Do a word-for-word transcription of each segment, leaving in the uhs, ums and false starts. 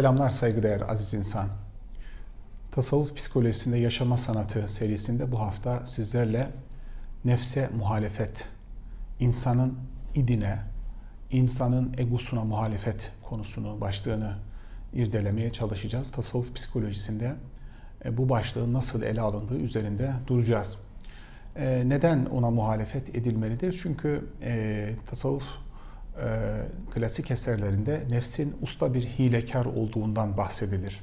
Selamlar saygıdeğer aziz insan. Tasavvuf Psikolojisinde Yaşama Sanatı serisinde bu hafta sizlerle nefse muhalefet, insanın idine, insanın egosuna muhalefet konusunu, başlığını irdelemeye çalışacağız. Tasavvuf psikolojisinde bu başlığın nasıl ele alındığı üzerinde duracağız. Neden ona muhalefet edilmelidir? Çünkü tasavvuf klasik eserlerinde nefsin usta bir hilekar olduğundan bahsedilir.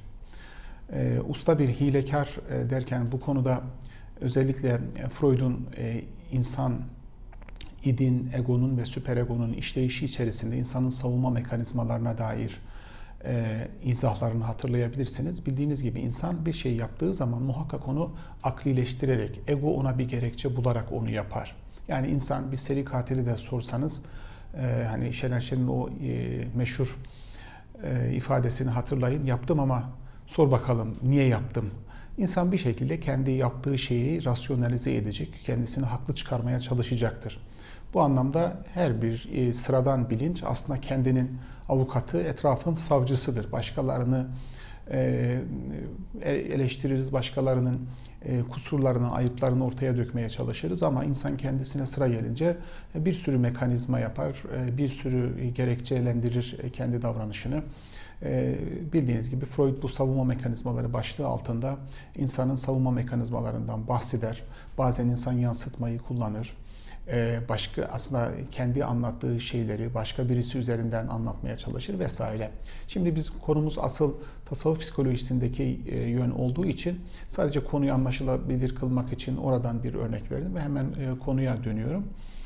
Usta bir hilekar derken bu konuda özellikle Freud'un insan idin, egonun ve süperegonun işleyişi içerisinde insanın savunma mekanizmalarına dair izahlarını hatırlayabilirsiniz. Bildiğiniz gibi insan bir şey yaptığı zaman muhakkak onu aklileştirerek, ego ona bir gerekçe bularak onu yapar. Yani insan bir seri katili de sorsanız, Ee, hani Şener Şen'in o e, meşhur e, ifadesini hatırlayın. Yaptım ama sor bakalım niye yaptım? İnsan bir şekilde kendi yaptığı şeyi rasyonalize edecek, kendisini haklı çıkarmaya çalışacaktır. Bu anlamda her bir e, sıradan bilinç aslında kendinin avukatı, etrafın savcısıdır. Başkalarını e, eleştiririz, başkalarının e, kusurlarını, ayıplarını ortaya dökmeye çalışırız ama insan kendisine sıra gelince bir sürü mekanizma yapar, bir sürü gerekçelendirir kendi davranışını. Bildiğiniz gibi Freud bu savunma mekanizmaları başlığı altında insanın savunma mekanizmalarından bahseder. Bazen insan yansıtmayı kullanır. Başka aslında kendi anlattığı şeyleri başka birisi üzerinden anlatmaya çalışır vesaire. Şimdi biz konumuz asıl tasavvuf psikolojisindeki yön olduğu için sadece konuyu anlaşılabilir kılmak için oradan bir örnek verdim ve hemen konuya dönüyorum.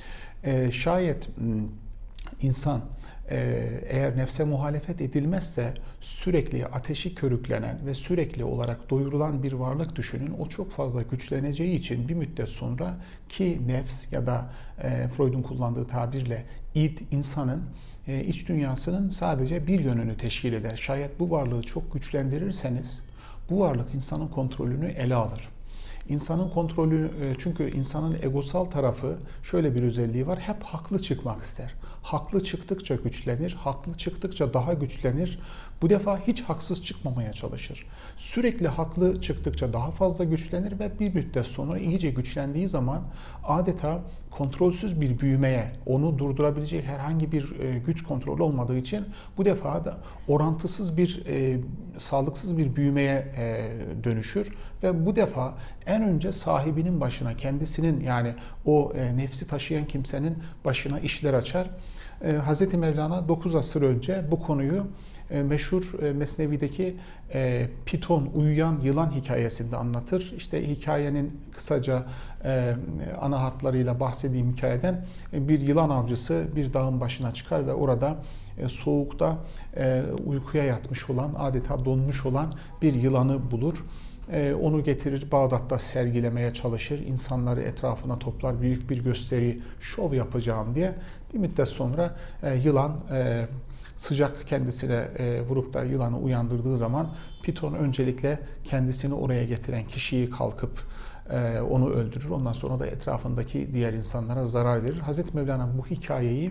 Şayet insan eğer nefse muhalefet edilmezse sürekli ateşi körüklenen ve sürekli olarak doyurulan bir varlık düşünün. O çok fazla güçleneceği için bir müddet sonra ki nefs ya da Freud'un kullandığı tabirle id insanın iç dünyasının sadece bir yönünü teşkil eder. Şayet bu varlığı çok güçlendirirseniz bu varlık insanın kontrolünü ele alır. İnsanın kontrolü, çünkü insanın egosal tarafı şöyle bir özelliği var. Hep haklı çıkmak ister. Haklı çıktıkça güçlenir, haklı çıktıkça daha güçlenir. Bu defa hiç haksız çıkmamaya çalışır. Sürekli haklı çıktıkça daha fazla güçlenir ve bir müddet sonra iyice güçlendiği zaman adeta kontrolsüz bir büyümeye, onu durdurabilecek herhangi bir güç kontrolü olmadığı için bu defa da orantısız bir, e, sağlıksız bir büyümeye e, dönüşür ve bu defa en önce sahibinin başına, kendisinin yani o e, nefsi taşıyan kimsenin başına işler açar. E, Hazreti Mevlana dokuz asır önce bu konuyu e, meşhur e, Mesnevi'deki e, Piton, uyuyan yılan hikayesinde anlatır. İşte hikayenin kısaca e, ana hatlarıyla bahsettiğim hikayeden e, bir yılan avcısı bir dağın başına çıkar ve orada e, soğukta e, uykuya yatmış olan, adeta donmuş olan bir yılanı bulur. Onu getirir, Bağdat'ta sergilemeye çalışır. İnsanları etrafına toplar, büyük bir gösteri, şov yapacağım diye. Bir müddet sonra yılan sıcak kendisine vurup da yılanı uyandırdığı zaman Piton öncelikle kendisini oraya getiren kişiyi kalkıp onu öldürür. Ondan sonra da etrafındaki diğer insanlara zarar verir. Hazreti Mevlana bu hikayeyi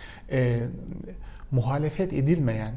muhalefet edilmeyen,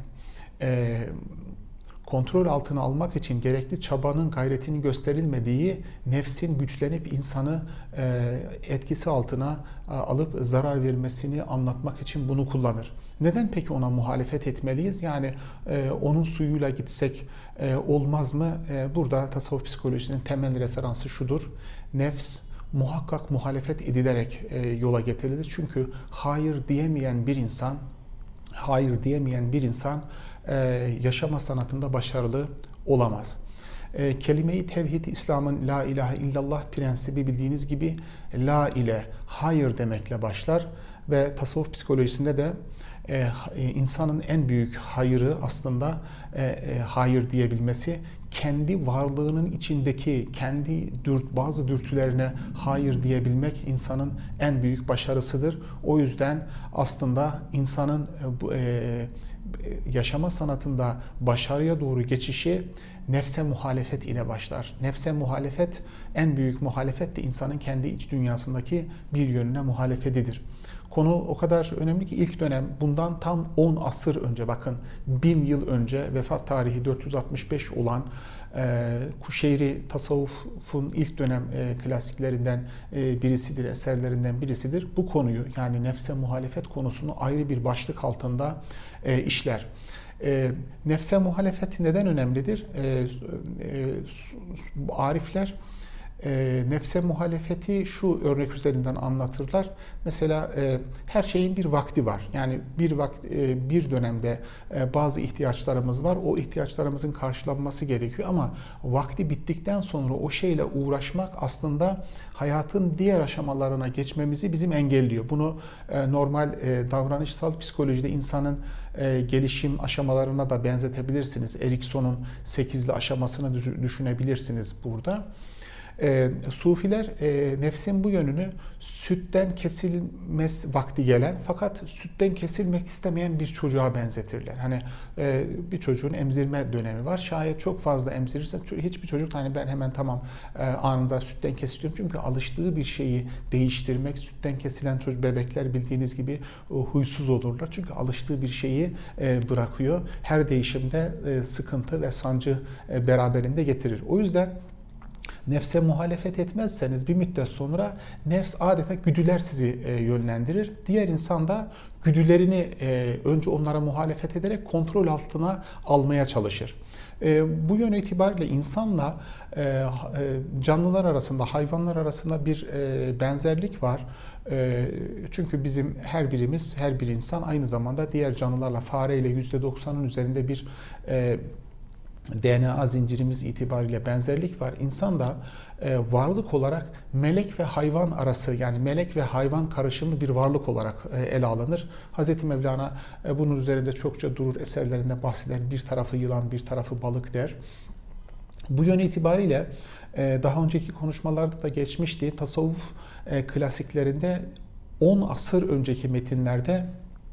kontrol altına almak için gerekli çabanın, gayretinin gösterilmediği nefsin güçlenip insanı etkisi altına alıp zarar vermesini anlatmak için bunu kullanır. Neden peki ona muhalefet etmeliyiz? Yani onun suyuyla gitsek olmaz mı? Burada tasavvuf psikolojisinin temel referansı şudur. Nefs muhakkak muhalefet edilerek yola getirilir. Çünkü hayır diyemeyen bir insan, hayır diyemeyen bir insan yaşama sanatında başarılı olamaz. Kelime-i tevhid, İslam'ın la ilahe illallah prensibi bildiğiniz gibi la ile hayır demekle başlar ve tasavvuf psikolojisinde de insanın en büyük hayırı aslında hayır diyebilmesi, kendi varlığının içindeki kendi dürt, bazı dürtülerine hayır diyebilmek insanın en büyük başarısıdır. O yüzden aslında insanın e, yaşama sanatında başarıya doğru geçişi nefse muhalefet ile başlar. Nefse muhalefet, en büyük muhalefet de insanın kendi iç dünyasındaki bir yönüne muhalefetidir. Konu o kadar önemli ki ilk dönem bundan tam on asır önce, bakın bin yıl önce, vefat tarihi dört yüz altmış beş olan e, Kuşeyri tasavvufun ilk dönem e, klasiklerinden e, birisidir, eserlerinden birisidir. Bu konuyu, yani nefse muhalefet konusunu ayrı bir başlık altında e, işler. E, nefse muhalefet neden önemlidir? E, e, Arifler E, nefse muhalefeti şu örnek üzerinden anlatırlar. Mesela e, her şeyin bir vakti var. Yani bir vakt, e, bir dönemde e, bazı ihtiyaçlarımız var. O ihtiyaçlarımızın karşılanması gerekiyor ama vakti bittikten sonra o şeyle uğraşmak aslında hayatın diğer aşamalarına geçmemizi bizim engelliyor. Bunu e, normal e, davranışsal psikolojide insanın e, gelişim aşamalarına da benzetebilirsiniz. Erikson'un sekizli aşamasını düşünebilirsiniz burada. E, Sufiler e, nefsin bu yönünü sütten kesilmez vakti gelen fakat sütten kesilmek istemeyen bir çocuğa benzetirler. Hani e, bir çocuğun emzirme dönemi var. Şayet çok fazla emzirirse hiçbir çocuk hani ben hemen tamam e, anında sütten kesiliyorum. Çünkü alıştığı bir şeyi değiştirmek, sütten kesilen çocuk bebekler bildiğiniz gibi e, huysuz olurlar. Çünkü alıştığı bir şeyi e, bırakıyor. Her değişimde e, sıkıntı ve sancı e, beraberinde getirir. O yüzden nefse muhalefet etmezseniz bir müddet sonra nefs adeta güdüler sizi e, yönlendirir. Diğer insan da güdülerini e, önce onlara muhalefet ederek kontrol altına almaya çalışır. E, bu yön itibariyle insanla e, canlılar arasında, hayvanlar arasında bir e, benzerlik var. E, çünkü bizim her birimiz, her bir insan aynı zamanda diğer canlılarla, fareyle yüzde doksanın üzerinde bir e, D N A zincirimiz itibariyle benzerlik var. İnsan da e, varlık olarak melek ve hayvan arası, yani melek ve hayvan karışımı bir varlık olarak e, ele alınır. Hazreti Mevlana e, bunun üzerinde çokça durur, eserlerinde bahseder. Bir tarafı yılan, bir tarafı balık der. Bu yön itibariyle e, daha önceki konuşmalarda da geçmişti. Tasavvuf e, klasiklerinde on asır önceki metinlerde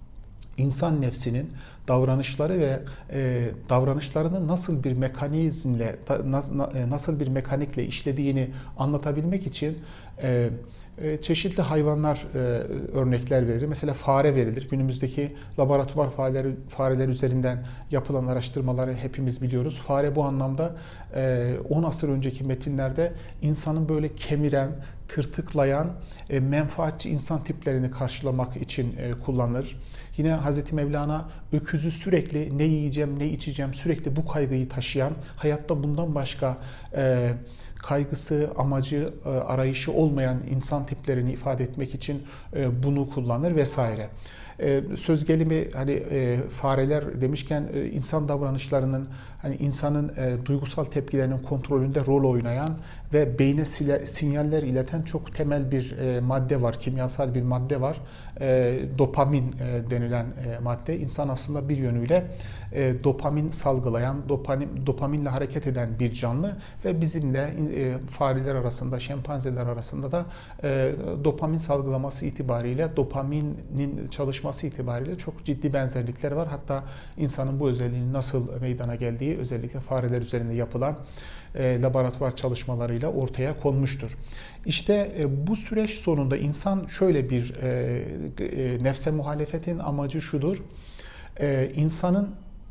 insan nefsinin davranışları ve e, davranışlarını nasıl bir mekanizmle, nasıl bir mekanikle işlediğini anlatabilmek için e, e, çeşitli hayvanlar e, örnekler verilir. Mesela fare verilir. Günümüzdeki laboratuvar fareleri, fareler üzerinden yapılan araştırmaları hepimiz biliyoruz. Fare bu anlamda e, on asır önceki metinlerde insanın böyle kemiren, tırtıklayan, e, menfaatçi insan tiplerini karşılamak için e, kullanılır. Yine Hazreti Mevlana öküzü sürekli ne yiyeceğim, ne içeceğim, sürekli bu kaygıyı taşıyan, hayatta bundan başka e, kaygısı, amacı, e, arayışı olmayan insan tiplerini ifade etmek için e, bunu kullanır vesaire. E, söz gelimi hani e, fareler demişken e, insan davranışlarının, hani insanın e, duygusal tepkilerinin kontrolünde rol oynayan ve beyne sile, sinyaller ileten çok temel bir e, madde var, kimyasal bir madde var. E, dopamin e, denilen e, madde. İnsan aslında bir yönüyle e, dopamin salgılayan, dopamin, dopaminle hareket eden bir canlı ve bizimle e, fareler arasında, şempanzeler arasında da e, dopamin salgılaması itibariyle, dopaminin çalışması itibariyle çok ciddi benzerlikler var. Hatta insanın bu özelliğinin nasıl meydana geldiği özellikle fareler üzerinde yapılan e, laboratuvar çalışmalarıyla ortaya konmuştur. İşte e, bu süreç sonunda insan şöyle bir e, e, nefse muhalefetin amacı şudur. E, insanın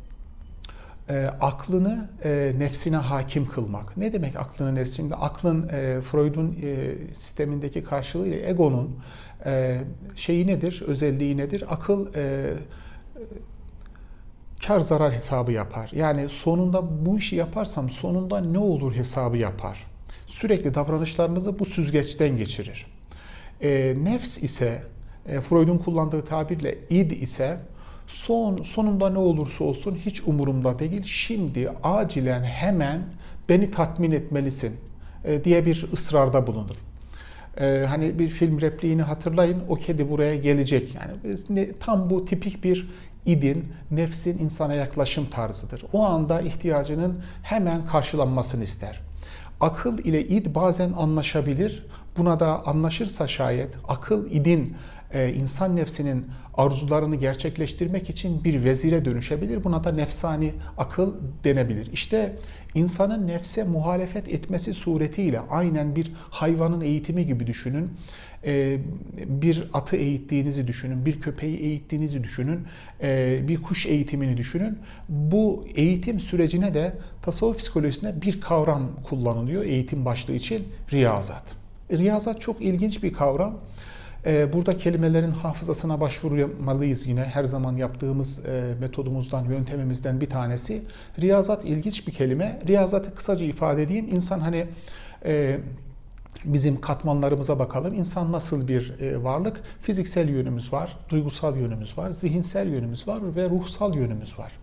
e, aklını e, nefsine hakim kılmak. Ne demek aklını nefsine? Aklın e, Freud'un e, sistemindeki karşılığı egonun e, şeyi nedir? Özelliği nedir? Akıl e, kar zarar hesabı yapar. Yani sonunda bu işi yaparsam sonunda ne olur hesabı yapar. Sürekli davranışlarınızı bu süzgeçten geçirir. E, nefs ise, e, Freud'un kullandığı tabirle id ise, son sonunda ne olursa olsun hiç umurumda değil, şimdi acilen hemen beni tatmin etmelisin e, diye bir ısrarda bulunur. E, hani bir film repliğini hatırlayın, o kedi buraya gelecek. Yani ne, tam bu tipik bir idin, nefsin insana yaklaşım tarzıdır. O anda ihtiyacının hemen karşılanmasını ister. Akıl ile id bazen anlaşabilir. buna da anlaşırsa şayet akıl, idin, e, insan nefsinin arzularını gerçekleştirmek için bir vezire dönüşebilir. Buna da nefsani akıl denebilir. İşte insanın nefse muhalefet etmesi suretiyle aynen bir hayvanın eğitimi gibi düşünün. Bir atı eğittiğinizi düşünün, bir köpeği eğittiğinizi düşünün, bir kuş eğitimini düşünün. Bu eğitim sürecine de tasavvuf psikolojisinde bir kavram kullanılıyor eğitim başlığı için: riyazat. Riyazat çok ilginç bir kavram. Burada kelimelerin hafızasına başvurmalıyız yine. Her zaman yaptığımız metodumuzdan, yöntemimizden bir tanesi. Riyazat ilginç bir kelime. Riyazatı kısaca ifade edeyim. İnsan hani bizim katmanlarımıza bakalım. İnsan nasıl bir varlık? Fiziksel yönümüz var, duygusal yönümüz var, zihinsel yönümüz var ve ruhsal yönümüz var.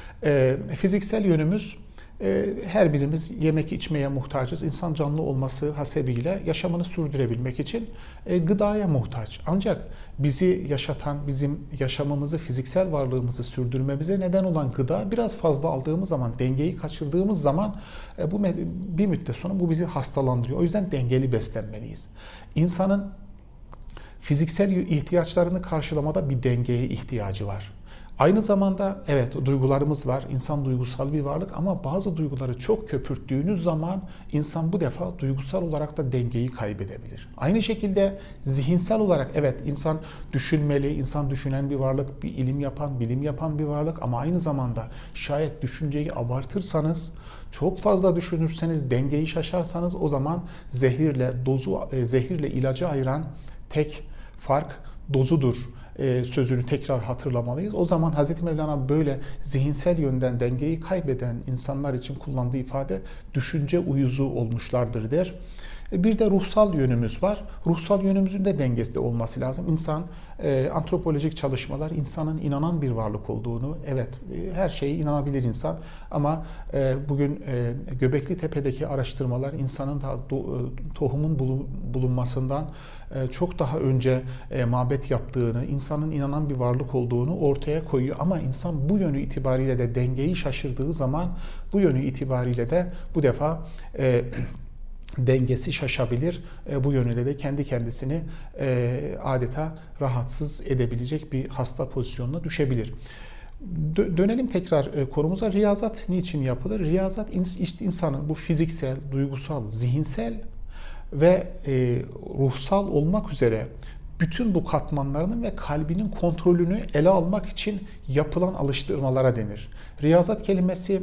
Fiziksel yönümüz, her birimiz yemek içmeye muhtacız. İnsan canlı olması hasebiyle yaşamını sürdürebilmek için gıdaya muhtaç. Ancak bizi yaşatan, bizim yaşamımızı, fiziksel varlığımızı sürdürmemize neden olan gıda biraz fazla aldığımız zaman, dengeyi kaçırdığımız zaman bu bir müddet sonra bu bizi hastalandırıyor. O yüzden dengeli beslenmeliyiz. İnsanın fiziksel ihtiyaçlarını karşılamada bir dengeye ihtiyacı var. Aynı zamanda evet duygularımız var. İnsan duygusal bir varlık ama bazı duyguları çok köpürttüğünüz zaman insan bu defa duygusal olarak da dengeyi kaybedebilir. Aynı şekilde zihinsel olarak evet insan düşünmeli, insan düşünen bir varlık, bir ilim yapan, bilim yapan bir varlık ama aynı zamanda şayet düşünceyi abartırsanız, çok fazla düşünürseniz, dengeyi şaşarsanız o zaman zehirle dozu zehirle ilacı ayıran tek fark dozudur sözünü tekrar hatırlamalıyız. O zaman Hazreti Mevlana böyle zihinsel yönden dengeyi kaybeden insanlar için kullandığı ifade düşünce uyuzu olmuşlardır der. Bir de ruhsal yönümüz var. Ruhsal yönümüzün de dengesi olması lazım. İnsan, e, antropolojik çalışmalar insanın inanan bir varlık olduğunu, evet e, her şeye inanabilir insan ama e, bugün e, Göbekli Tepe'deki araştırmalar insanın da do, e, tohumun bulunmasından e, çok daha önce e, mabet yaptığını, insanın inanan bir varlık olduğunu ortaya koyuyor. Ama insan bu yönü itibariyle de dengeyi şaşırdığı zaman bu yönü itibariyle de bu defa e, dengesi şaşabilir. Bu yönde de kendi kendisini adeta rahatsız edebilecek bir hasta pozisyonuna düşebilir. Dönelim tekrar konumuza. Riyazat niçin yapılır? Riyazat işte insanın bu fiziksel, duygusal, zihinsel ve ruhsal olmak üzere bütün bu katmanlarının ve kalbinin kontrolünü ele almak için yapılan alıştırmalara denir. Riyazat kelimesi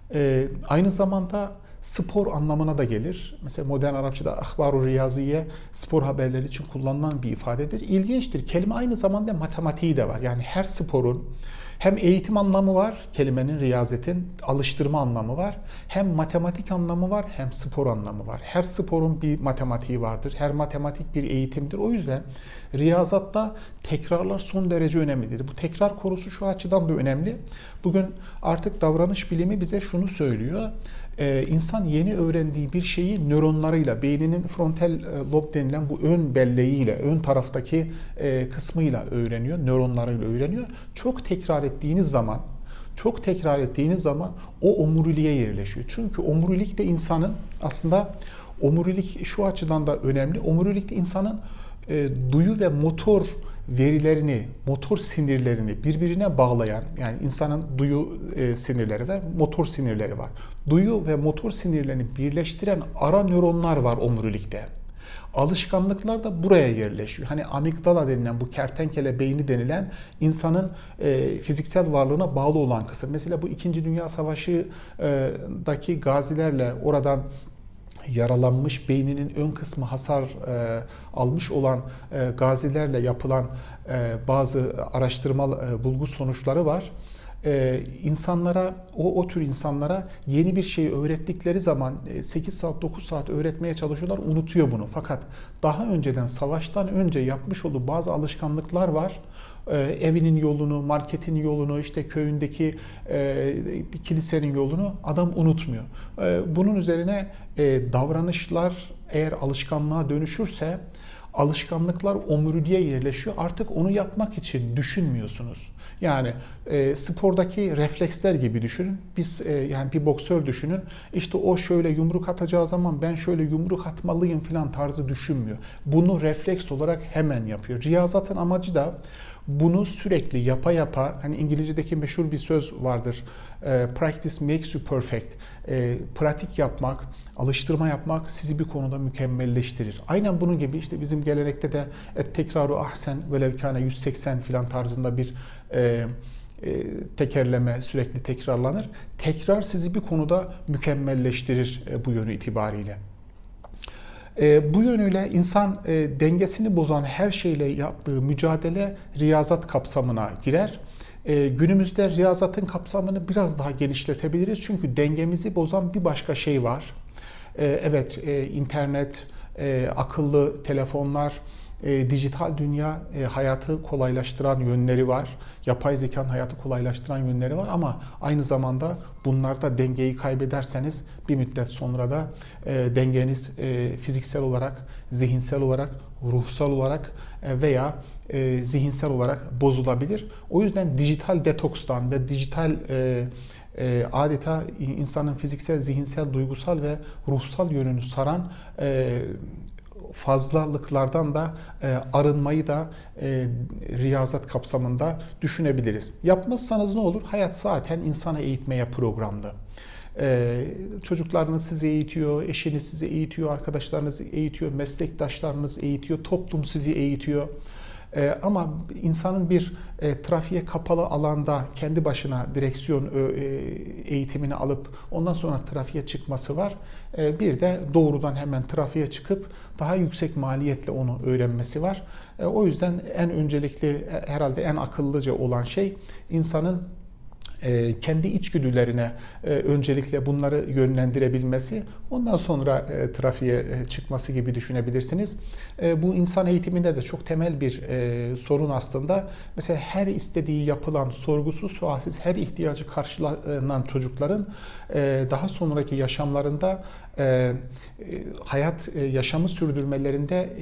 aynı zamanda spor anlamına da gelir. Mesela modern Arapçada ahbar-ı riyaziye spor haberleri için kullanılan bir ifadedir. İlginçtir. Kelime aynı zamanda matematiği de var. Yani her sporun hem eğitim anlamı var, kelimenin riyazetin alıştırma anlamı var. Hem matematik anlamı var, hem spor anlamı var. Her sporun bir matematiği vardır. Her matematik bir eğitimdir. O yüzden riyazatta tekrarlar son derece önemlidir. Bu tekrar konusu şu açıdan da önemli. Bugün artık davranış bilimi bize şunu söylüyor. Ee, insan yeni öğrendiği bir şeyi nöronlarıyla, beyninin frontal lob denilen bu ön belleğiyle, ön taraftaki e, kısmıyla öğreniyor, nöronlarıyla öğreniyor. Çok tekrar ettiğiniz zaman, çok tekrar ettiğiniz zaman o omuriliğe yerleşiyor. Çünkü omurilik de insanın aslında omurilik şu açıdan da önemli. Omurilik de insanın e, duyu ve motor verilerini, motor sinirlerini birbirine bağlayan, yani insanın duyu e, sinirleri var, motor sinirleri var. Duyu ve motor sinirlerini birleştiren ara nöronlar var omurilikte. Alışkanlıklar da buraya yerleşiyor. Hani amigdala denilen, bu kertenkele beyni denilen insanın e, fiziksel varlığına bağlı olan kısım. Mesela bu İkinci Dünya Savaşı'daki gazilerle oradan yaralanmış, beyninin ön kısmı hasar e, almış olan e, gazilerle yapılan e, bazı araştırma e, bulgu sonuçları var. E, insanlara, o, o tür insanlara yeni bir şeyi öğrettikleri zaman sekiz saat, dokuz saat öğretmeye çalışıyorlar, unutuyor bunu. Fakat daha önceden, savaştan önce yapmış olduğu bazı alışkanlıklar var. E, evinin yolunu, marketin yolunu, işte köyündeki e, kilisenin yolunu adam unutmuyor. E, bunun üzerine e, davranışlar eğer alışkanlığa dönüşürse Alışkanlıklar omuriliğe yerleşiyor. Artık onu yapmak için düşünmüyorsunuz. Yani e, spordaki refleksler gibi düşünün. Biz e, yani bir boksör düşünün. İşte o şöyle yumruk atacağı zaman ben şöyle yumruk atmalıyım falan tarzı düşünmüyor. Bunu refleks olarak hemen yapıyor. Riyazatın amacı da bunu sürekli yapa yapa, hani İngilizce'deki meşhur bir söz vardır. E, practice makes you perfect. E, pratik yapmak, alıştırma yapmak sizi bir konuda mükemmelleştirir. Aynen bunun gibi işte bizim gelenekte de et tekraru ahsen velev kâne yüz seksen filan tarzında bir e, e, tekerleme sürekli tekrarlanır. Tekrar sizi bir konuda mükemmelleştirir e, bu yönü itibariyle. E, bu yönüyle insan e, dengesini bozan her şeyle yaptığı mücadele riyazat kapsamına girer. E, günümüzde riyazatın kapsamını biraz daha genişletebiliriz. Çünkü dengemizi bozan bir başka şey var. E, evet, e, internet, e, akıllı telefonlar, e, dijital dünya e, hayatı kolaylaştıran yönleri var. Yapay zekanın hayatı kolaylaştıran yönleri var ama aynı zamanda bunlarda dengeyi kaybederseniz bir müddet sonra da e, dengeniz e, fiziksel olarak, zihinsel olarak, ruhsal olarak e, veya e, zihinsel olarak bozulabilir. O yüzden dijital detokstan ve dijital e, e, adeta insanın fiziksel, zihinsel, duygusal ve ruhsal yönünü saran e, fazlalıklardan da e, arınmayı da e, riyazat kapsamında düşünebiliriz. Yapmazsanız ne olur? Hayat zaten insanı eğitmeye programlı. Ee, çocuklarınız sizi eğitiyor, eşiniz sizi eğitiyor, arkadaşlarınız eğitiyor, meslektaşlarınız eğitiyor, toplum sizi eğitiyor. Ee, ama insanın bir e, trafiğe kapalı alanda kendi başına direksiyon e, eğitimini alıp ondan sonra trafiğe çıkması var. E, bir de doğrudan hemen trafiğe çıkıp daha yüksek maliyetle onu öğrenmesi var. E, o yüzden en öncelikli, herhalde en akıllıca olan şey insanın kendi içgüdülerine öncelikle bunları yönlendirebilmesi, ondan sonra trafiğe çıkması gibi düşünebilirsiniz. Bu insan eğitiminde de çok temel bir sorun aslında. Mesela her istediği yapılan, sorgusuz sualsiz her ihtiyacı karşılanan çocukların daha sonraki yaşamlarında hayat yaşamı sürdürmelerinde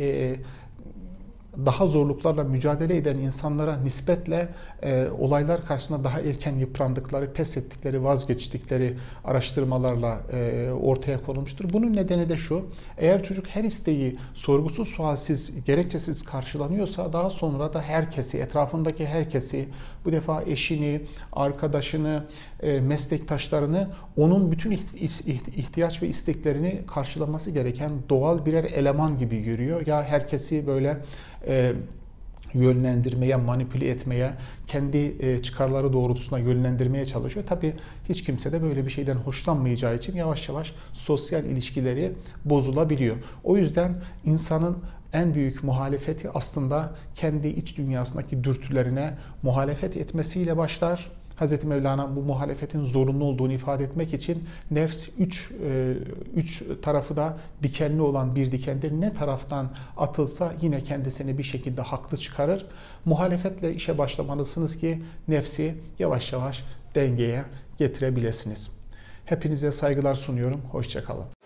daha zorluklarla mücadele eden insanlara nispetle e, olaylar karşısında daha erken yıprandıkları, pes ettikleri, vazgeçtikleri araştırmalarla e, ortaya konulmuştur. Bunun nedeni de şu: eğer çocuk her isteği sorgusuz, sualsiz, gerekçesiz karşılanıyorsa daha sonra da herkesi, etrafındaki herkesi, bu defa eşini, arkadaşını, e, meslektaşlarını onun bütün ihtiyaç ve isteklerini karşılaması gereken doğal birer eleman gibi görüyor. Ya herkesi böyle E, yönlendirmeye, manipüle etmeye, kendi e, çıkarları doğrultusunda yönlendirmeye çalışıyor. Tabii hiç kimse de böyle bir şeyden hoşlanmayacağı için yavaş yavaş sosyal ilişkileri bozulabiliyor. O yüzden insanın en büyük muhalefeti aslında kendi iç dünyasındaki dürtülerine muhalefet etmesiyle başlar. Hazreti Mevlana bu muhalefetin zorunlu olduğunu ifade etmek için nefs üç, üç tarafı da dikenli olan bir dikendir. Ne taraftan atılsa yine kendisini bir şekilde haklı çıkarır. Muhalefetle işe başlamalısınız ki nefsi yavaş yavaş dengeye getirebilirsiniz. Hepinize saygılar sunuyorum. Hoşça kalın.